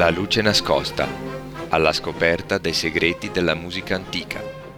La luce nascosta, alla scoperta dei segreti della musica antica.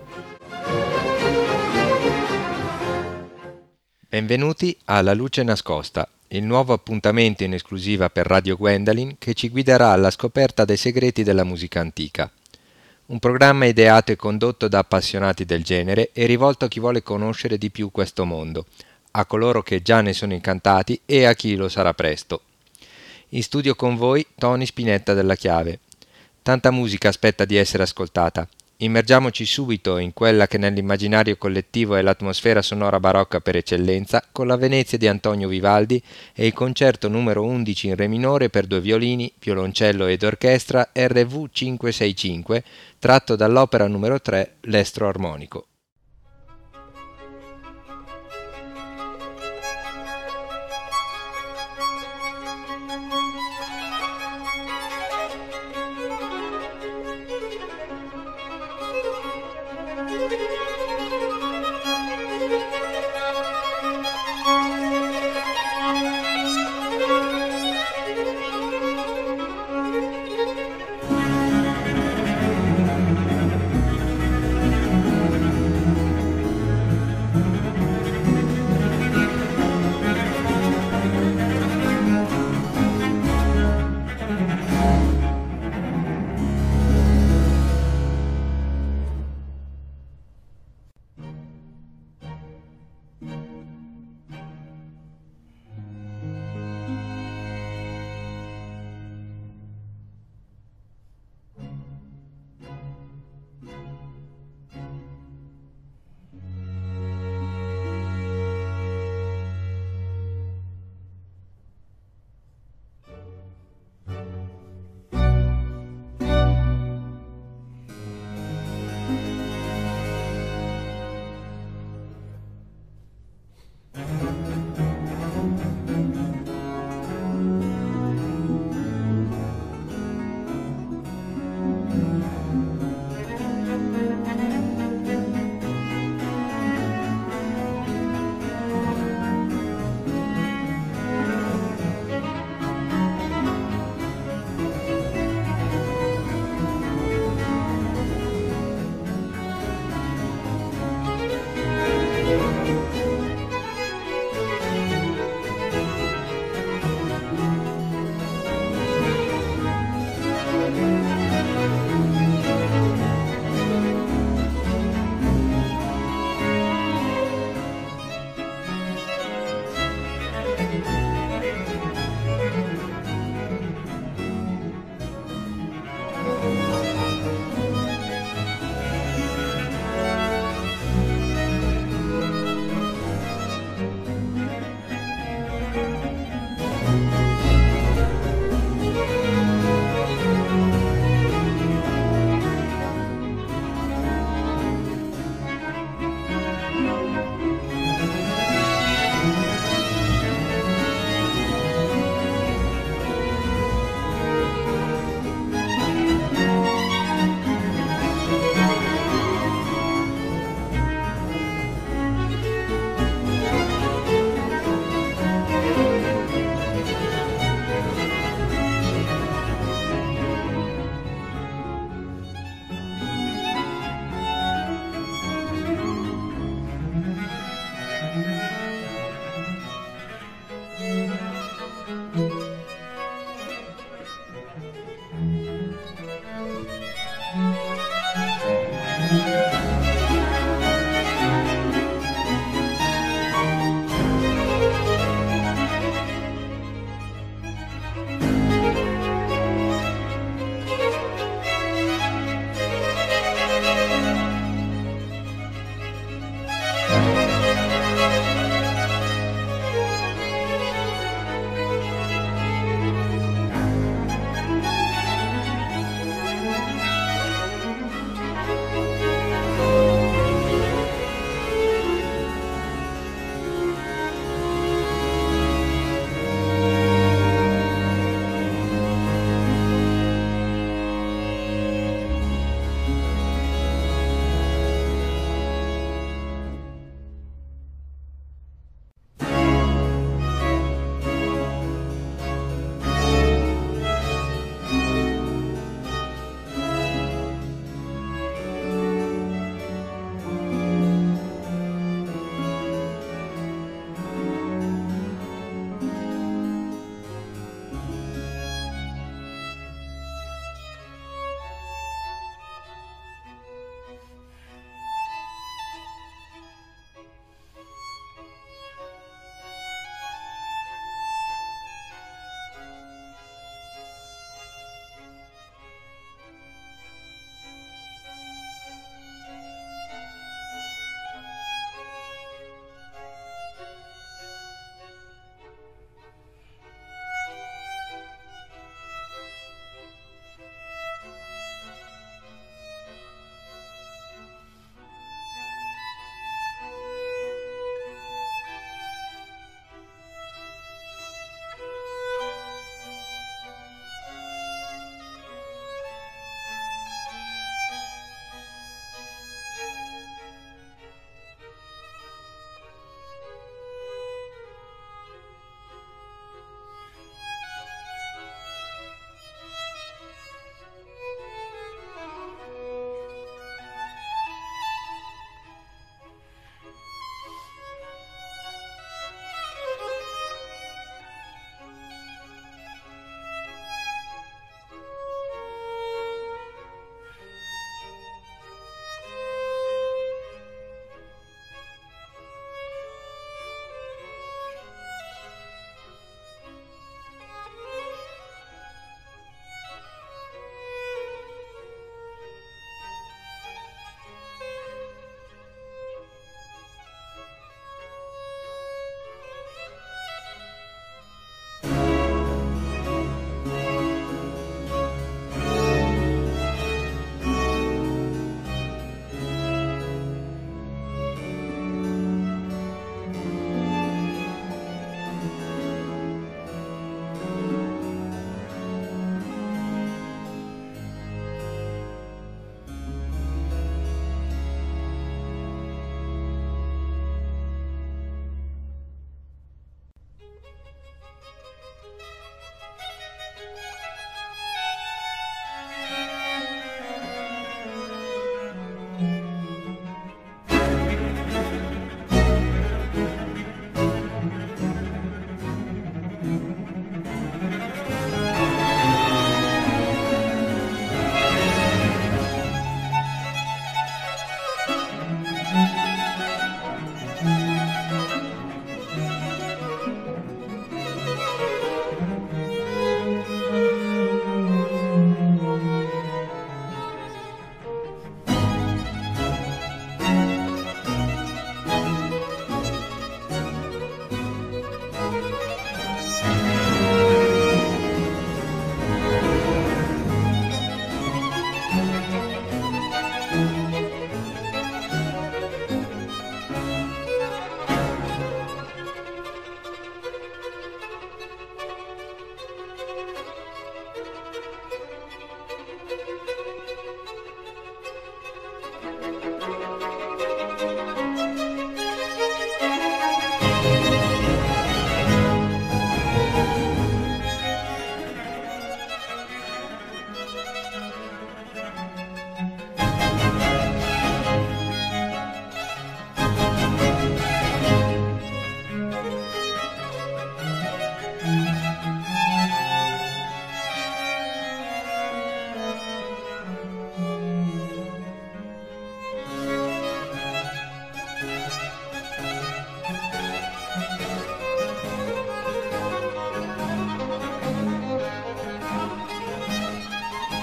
Benvenuti a La luce nascosta, il nuovo appuntamento in esclusiva per Radio Gwendalin che ci guiderà alla scoperta dei segreti della musica antica. Un programma ideato e condotto da appassionati del genere e rivolto a chi vuole conoscere di più questo mondo, a coloro che già ne sono incantati e a chi lo sarà presto. In studio con voi Tony Spinetta della Chiave. Tanta musica aspetta di essere ascoltata. Immergiamoci subito in quella che nell'immaginario collettivo è l'atmosfera sonora barocca per eccellenza, con la Venezia di Antonio Vivaldi e il concerto numero 11 in re minore per due violini, violoncello ed orchestra RV 565, tratto dall'opera numero 3 L'estro armonico.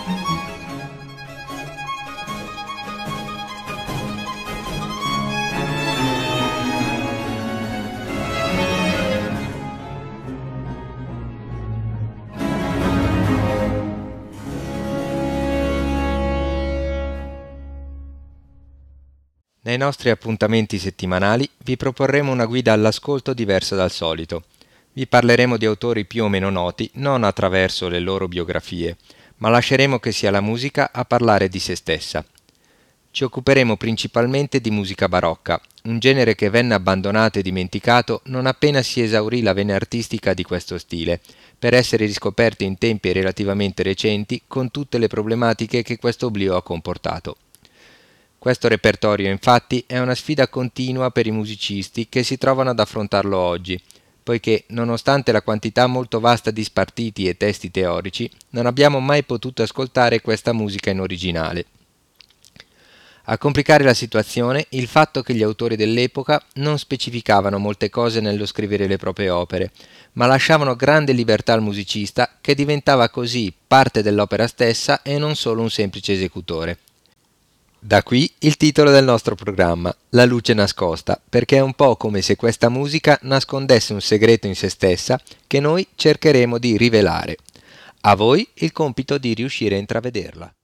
Nei nostri appuntamenti settimanali vi proporremo una guida all'ascolto diversa dal solito. Vi parleremo di autori più o meno noti non attraverso le loro biografie, ma lasceremo che sia la musica a parlare di se stessa. Ci occuperemo principalmente di musica barocca, un genere che venne abbandonato e dimenticato non appena si esaurì la vena artistica di questo stile, per essere riscoperto in tempi relativamente recenti con tutte le problematiche che questo oblio ha comportato. Questo repertorio, infatti, è una sfida continua per i musicisti che si trovano ad affrontarlo oggi, poiché, nonostante la quantità molto vasta di spartiti e testi teorici, non abbiamo mai potuto ascoltare questa musica in originale. A complicare la situazione il fatto che gli autori dell'epoca non specificavano molte cose nello scrivere le proprie opere, ma lasciavano grande libertà al musicista che diventava così parte dell'opera stessa e non solo un semplice esecutore. Da qui il titolo del nostro programma, La luce nascosta, perché è un po' come se questa musica nascondesse un segreto in se stessa che noi cercheremo di rivelare. A voi il compito di riuscire a intravederla.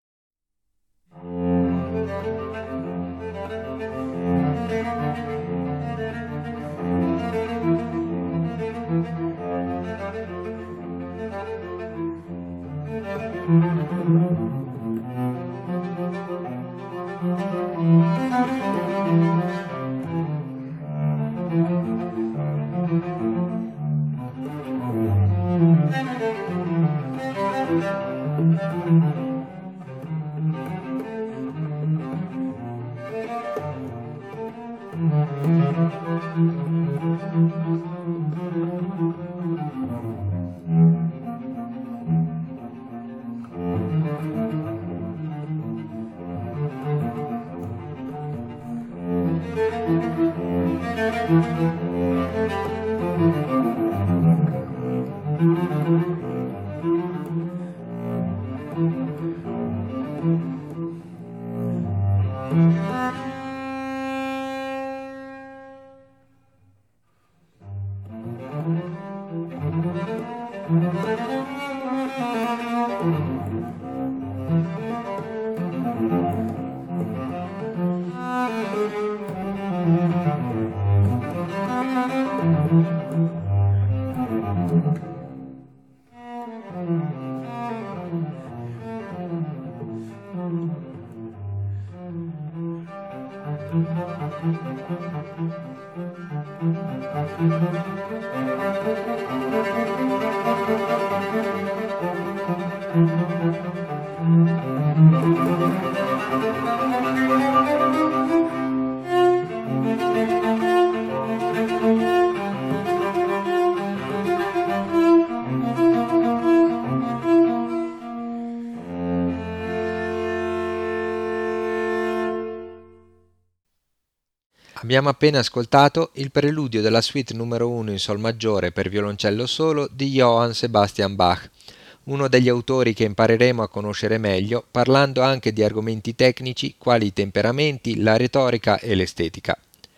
Abbiamo appena ascoltato il preludio della suite numero 1 in sol maggiore per violoncello solo di Johann Sebastian Bach, uno degli autori che impareremo a conoscere meglio parlando anche di argomenti tecnici quali i temperamenti, la retorica e l'estetica.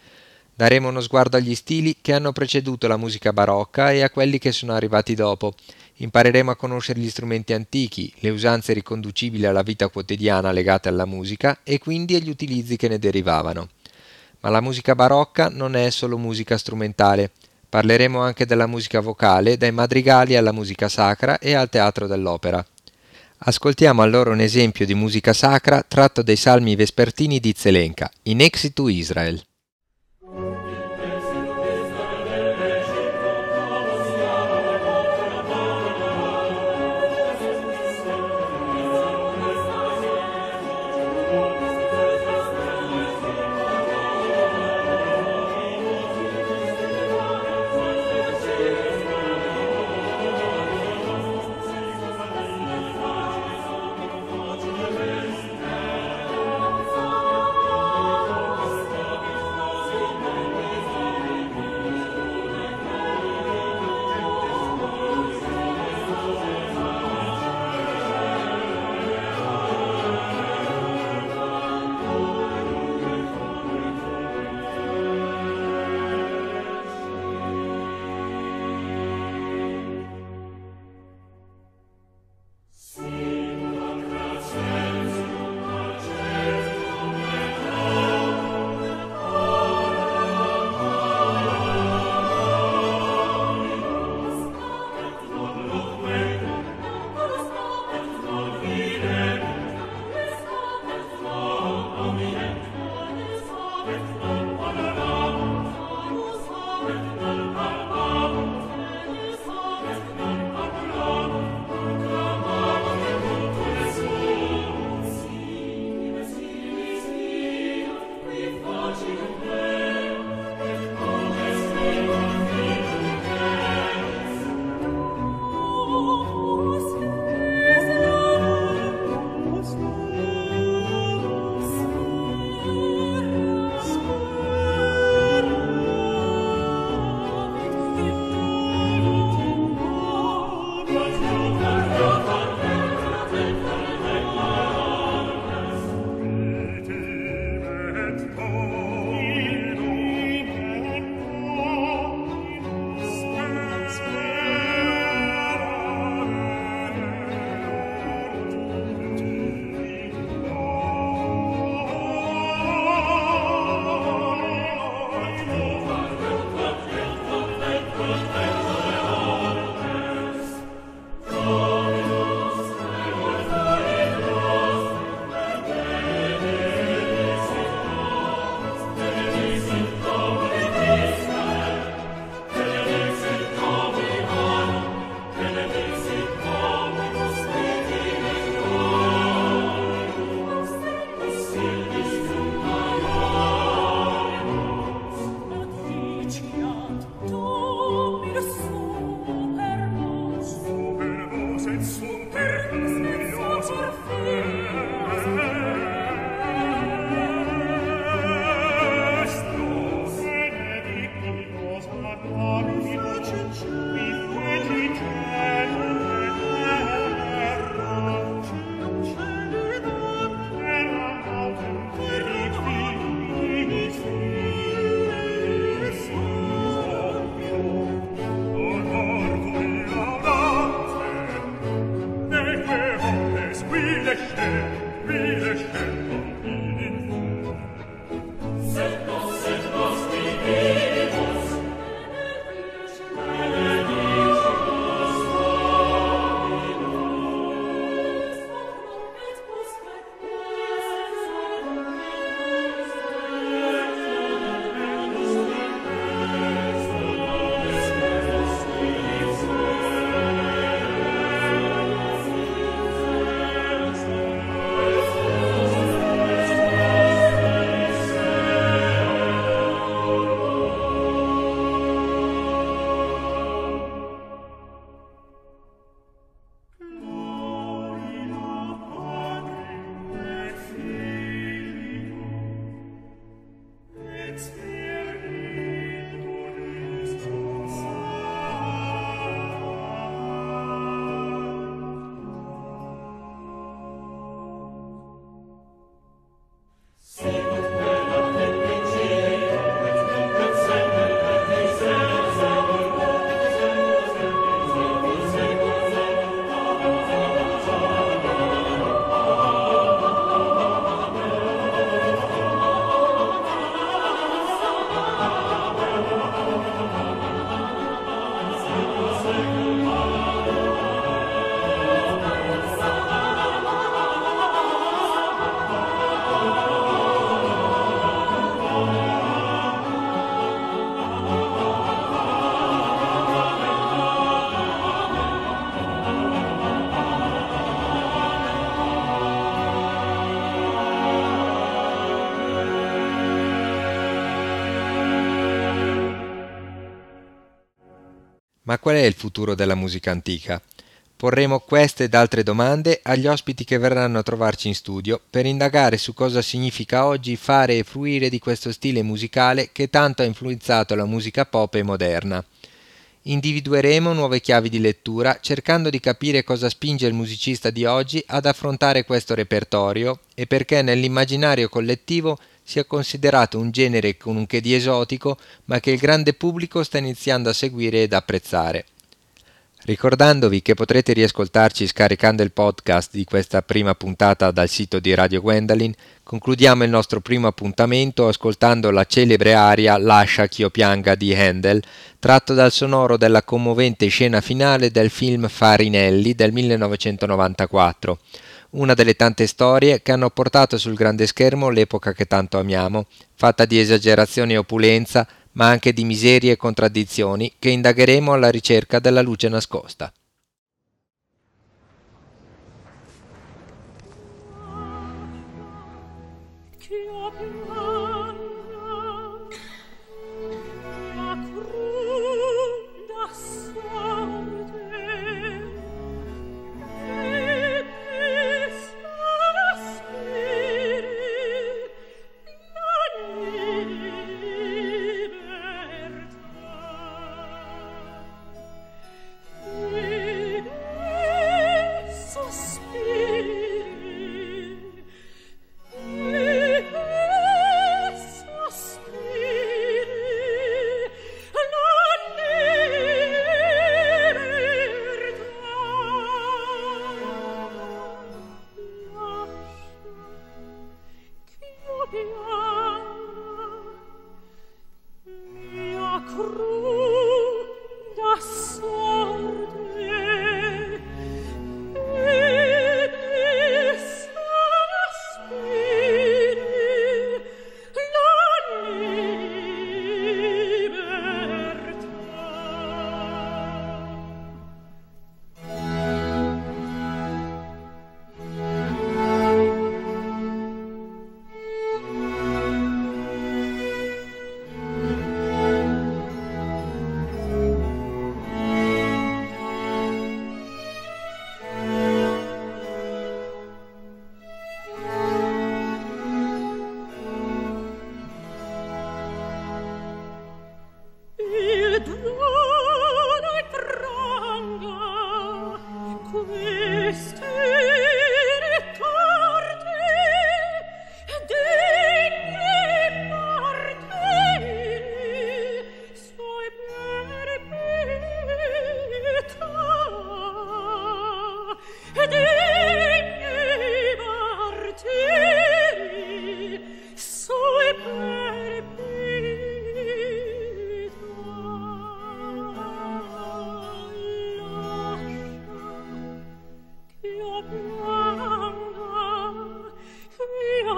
Daremo uno sguardo agli stili che hanno preceduto la musica barocca e a quelli che sono arrivati dopo. Impareremo a conoscere gli strumenti antichi, le usanze riconducibili alla vita quotidiana legate alla musica e quindi agli utilizzi che ne derivavano. Ma la musica barocca non è solo musica strumentale. Parleremo anche della musica vocale, dai madrigali alla musica sacra e al teatro dell'opera. Ascoltiamo allora un esempio di musica sacra tratto dai salmi vespertini di Zelenka, in Exit to Israel. Ma qual è il futuro della musica antica? Porremo queste ed altre domande agli ospiti che verranno a trovarci in studio per indagare su cosa significa oggi fare e fruire di questo stile musicale che tanto ha influenzato la musica pop e moderna. Individueremo nuove chiavi di lettura cercando di capire cosa spinge il musicista di oggi ad affrontare questo repertorio e perché nell'immaginario collettivo sia considerato un genere con un che di esotico, ma che il grande pubblico sta iniziando a seguire ed apprezzare. Ricordandovi che potrete riascoltarci scaricando il podcast di questa prima puntata dal sito di Radio Gwendolyn, concludiamo il nostro primo appuntamento ascoltando la celebre aria Lascia ch'io pianga di Handel, tratto dal sonoro della commovente scena finale del film Farinelli del 1994, una delle tante storie che hanno portato sul grande schermo l'epoca che tanto amiamo, fatta di esagerazione e opulenza, ma anche di miserie e contraddizioni che indagheremo alla ricerca della luce nascosta.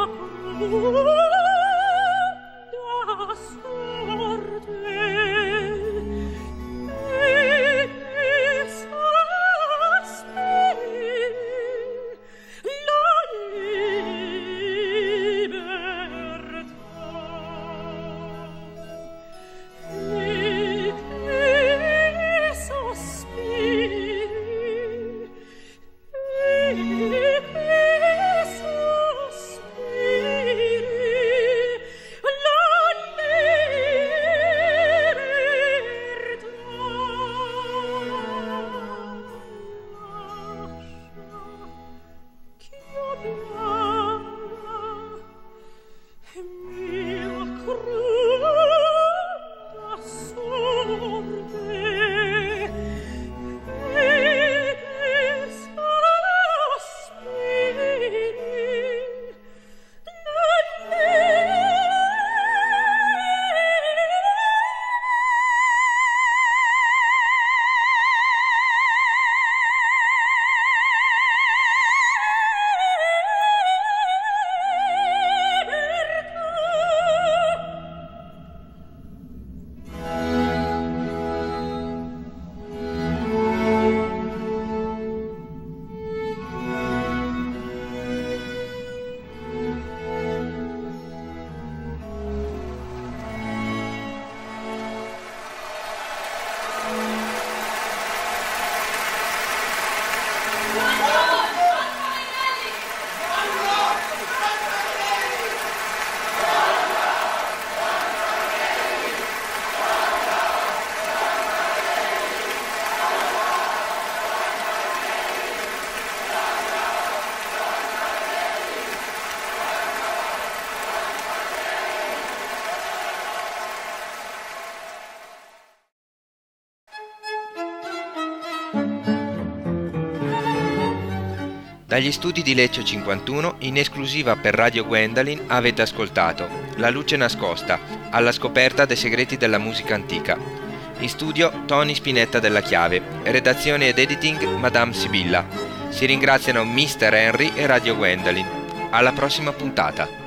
Dagli studi di Lecce 51, in esclusiva per Radio Gwendalin, avete ascoltato La luce nascosta, alla scoperta dei segreti della musica antica. In studio Tony Spinetta della Chiave, redazione ed editing Madame Sibilla. Si ringraziano Mr. Henry e Radio Gwendalin. Alla prossima puntata.